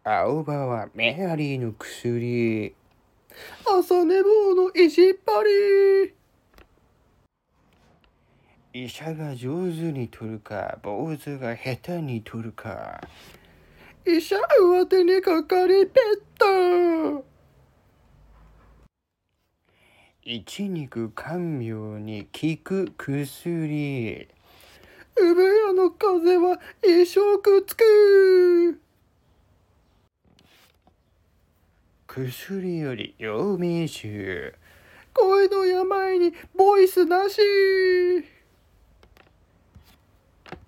青葉はメアリーの薬。朝寝坊の石っ張り。医者が上手に取るか、坊主が下手に取るか。医者上手にかかりペット。一肉甘妙に効く薬。産屋の風は一生くっつく。薬より陽明酒。恋の病にボイスなし。